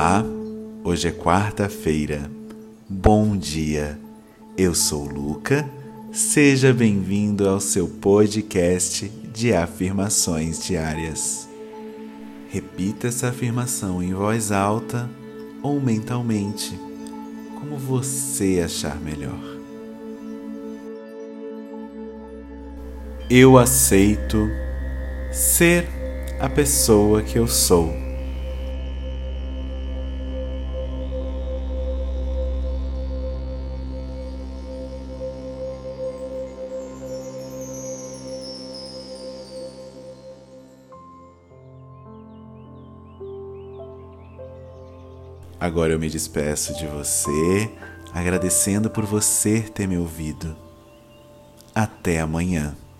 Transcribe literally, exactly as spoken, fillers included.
Olá, hoje é quarta-feira. Bom dia, eu sou o Luca. Seja bem-vindo ao seu podcast de afirmações diárias. Repita essa afirmação em voz alta ou mentalmente, como você achar melhor. Eu aceito ser a pessoa que eu sou. Agora eu me despeço de você, agradecendo por você ter me ouvido. Até amanhã.